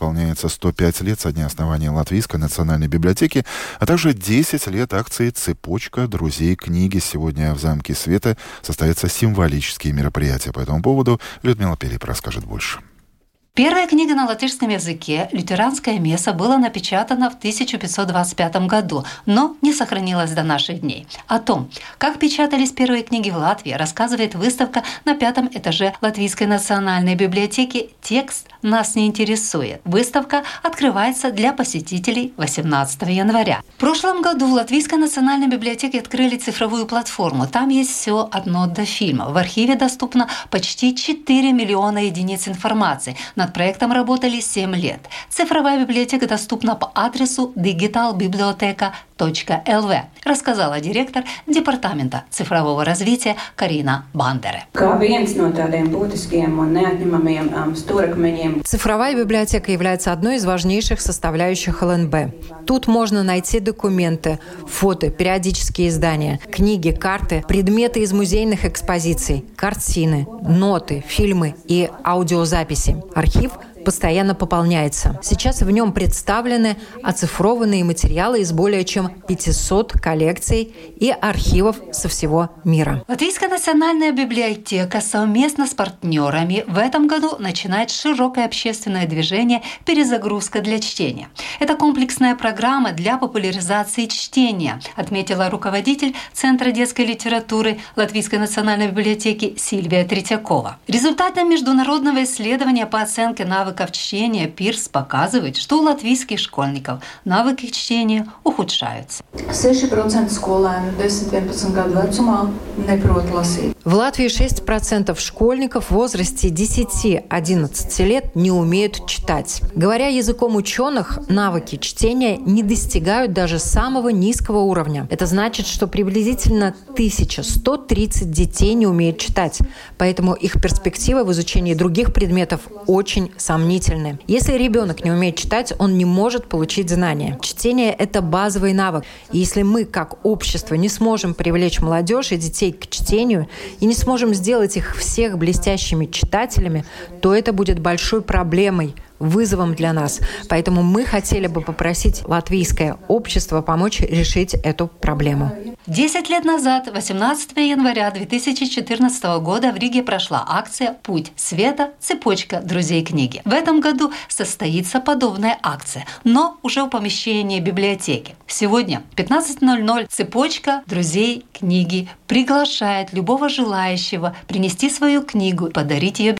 исполняется 105 лет со дня основания Латвийской национальной библиотеки, а также 10 лет акции «Цепочка друзей книги». Сегодня в Замке Света состоятся символические мероприятия. По этому поводу Людмила Пилип расскажет больше. Первая книга на латышском языке «Лютеранская месса» была напечатана в 1525 году, но не сохранилась до наших дней. О том, как печатались первые книги в Латвии, рассказывает выставка на 5-м этаже Латвийской национальной библиотеки «Текст нас не интересует». Выставка открывается для посетителей 18 января. В прошлом году в Латвийской национальной библиотеке открыли цифровую платформу. Там есть все от нот до фильма. В архиве доступно почти 4 миллиона единиц информации. Над проектом работали 7 лет. Цифровая библиотека доступна по адресу digitalbiblioteka.lv, рассказала директор Департамента цифрового развития Карина Бандере. Цифровая библиотека является одной из важнейших составляющих ЛНБ. Тут можно найти документы, фото, периодические издания, книги, карты, предметы из музейных экспозиций, картины, ноты, фильмы и аудиозаписи. Архив постоянно пополняется. Сейчас в нем представлены оцифрованные материалы из более чем 500 коллекций и архивов со всего мира. Латвийская национальная библиотека совместно с партнерами в этом году начинает широкое общественное движение «Перезагрузка для чтения». Это комплексная программа для популяризации чтения, отметила руководитель Центра детской литературы Латвийской национальной библиотеки Сильвия Третьякова. Результаты международного исследования по оценке навыков чтения ПИРС показывает, что у латвийских школьников навыки чтения ухудшаются. 6% skolēnu 10-11 gadu vecumā neprot lasīt. В Латвии 6% школьников в возрасте 10-11 лет не умеют читать. Говоря языком ученых, навыки чтения не достигают даже самого низкого уровня. Это значит, что приблизительно 1130 детей не умеют читать, поэтому их перспективы в изучении других предметов очень сомнительны. Если ребенок не умеет читать, он не может получить знания. Чтение – это базовый навык. И если мы, как общество, не сможем привлечь молодежь и детей к чтению и не сможем сделать их всех блестящими читателями, то это будет большой проблемой, вызовом для нас. Поэтому мы хотели бы попросить латвийское общество помочь решить эту проблему. 10 лет назад, 18 января 2014 года, в Риге прошла акция «Путь света. Цепочка друзей книги». В этом году состоится подобная акция, но уже в помещении библиотеки. Сегодня в 15:00 «Цепочка друзей книги» приглашает любого желающего принести свою книгу и подарить ее